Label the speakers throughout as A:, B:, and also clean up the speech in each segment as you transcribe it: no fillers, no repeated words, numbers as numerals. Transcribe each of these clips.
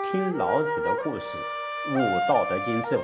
A: 听老子的故事，悟道德经智慧。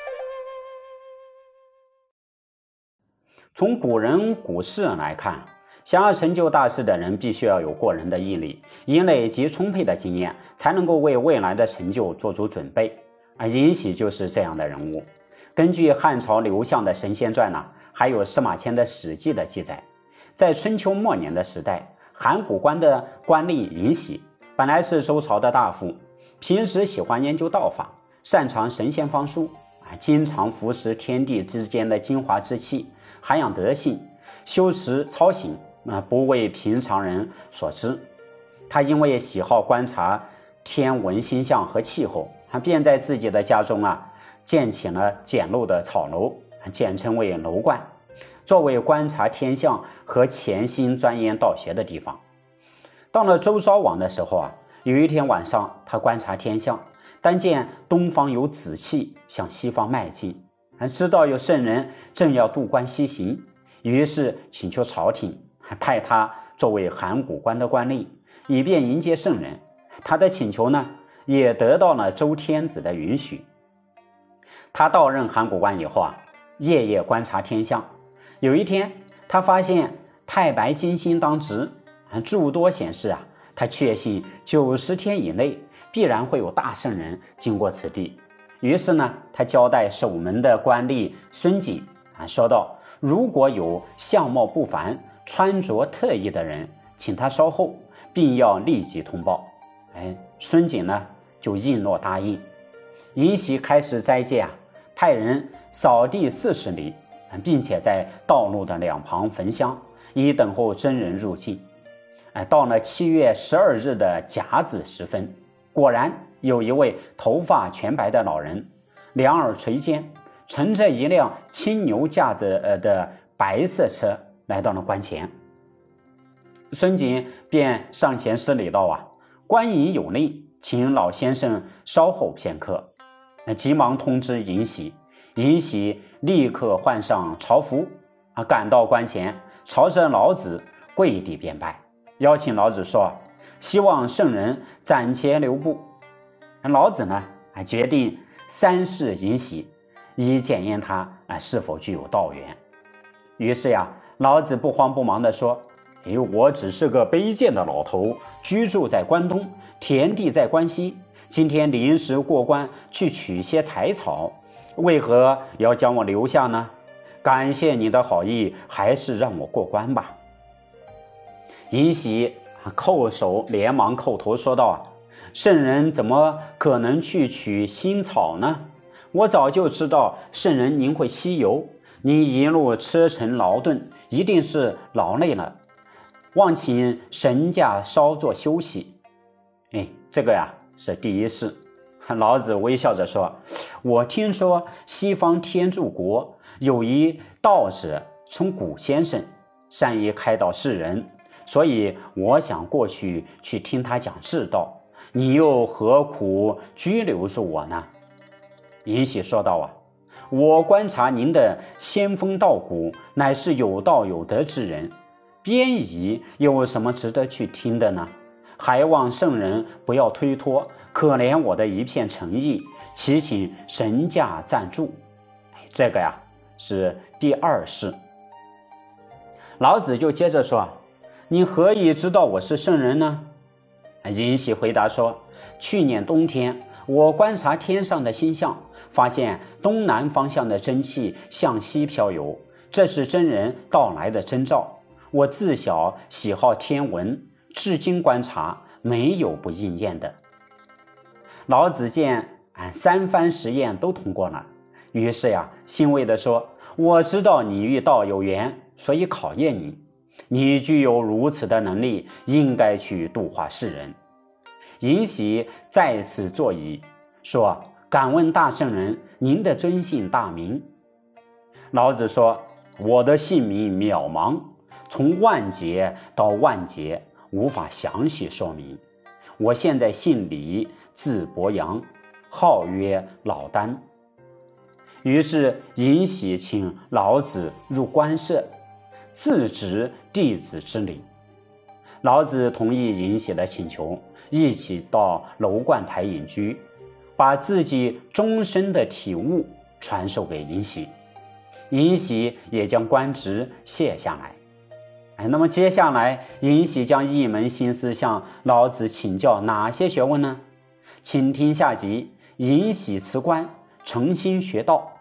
A: 从古人古事来看，想要成就大事的人，必须要有过人的毅力，以累积充沛的经验，才能够为未来的成就做出准备。尹喜就是这样的人物。根据汉朝刘向的《神仙传》还有司马迁的《史记》的记载，在春秋末年的时代，函谷关的官吏尹喜本来是周朝的大夫，平时喜欢研究道法，擅长神仙方术，经常服食天地之间的精华之气，涵养德性，修持操行，不为平常人所知。他因为喜好观察天文星象和气候，便在自己的家中建起了简陋的草楼，简称为楼观，作为观察天象和潜心钻研道学的地方。到了周昭王的时候有一天晚上，他观察天象，但见东方有紫气向西方迈进，知道有圣人正要渡关西行，于是请求朝廷派他作为函谷关的官吏，以便迎接圣人。他的请求也得到了周天子的允许。他到任函谷关以后夜夜观察天象。有一天，他发现太白金星当值，诸多显示他确信90天以内必然会有大圣人经过此地。于是他交代守门的官吏孙景说道：如果有相貌不凡、穿着特异的人，请他稍后，并要立即通报。孙景就应诺答应。尹喜开始斋戒派人扫地40里，并且在道路的两旁焚香，以等候真人入境。到了7月12日的甲子时分，果然有一位头发全白的老人，两耳垂肩，乘着一辆青牛架子的白色车来到了关前。孙景便上前施礼道：官尹有令，请老先生稍后片刻。急忙通知尹喜，尹喜立刻换上朝服，赶到关前，朝着老子跪地便拜，邀请老子说：希望圣人暂且留步。老子决定3试尹喜，以检验他是否具有道缘。于是老子不慌不忙地说：我只是个卑贱的老头，居住在关东，田地在关西，今天临时过关去取些柴草，为何要将我留下呢？感谢你的好意，还是让我过关吧。尹喜连忙叩头说道：圣人怎么可能去取新草呢？我早就知道圣人您会西游，您一路车程劳顿，一定是劳累了，望请神驾稍作休息。这个是第一事。老子微笑着说：我听说西方天竺国有一道者称古先生，善于开导世人，所以我想过去听他讲智道，你又何苦拘留住我呢？尹喜说道：我观察您的仙风道骨，乃是有道有德之人，边夷有什么值得去听的呢？还望圣人不要推脱，可怜我的一片诚意，祈请神驾赞助。这个是第2试。老子就接着说：你何以知道我是圣人呢？尹喜回答说：去年冬天，我观察天上的星象，发现东南方向的真气向西飘游，这是真人到来的征兆。我自小喜好天文，至今观察没有不应验的。老子见3番实验都通过了，于是欣慰地说：我知道你与道有缘，所以考验你，你具有如此的能力，应该去度化世人。尹喜再次作揖说：敢问大圣人，您的尊姓大名？老子说：我的姓名渺茫，从万劫到万劫，无法详细说明。我现在姓李，字伯阳，号曰老聃。于是尹喜请老子入官舍，自执弟子之礼。老子同意尹喜的请求， 一起到楼观台隐居，把自己终身的体悟传授给尹喜，尹喜也将官职卸下来。那么接下来，尹喜将一门心思向老子请教哪些学问呢？请听下集：尹喜辞官，诚心学道。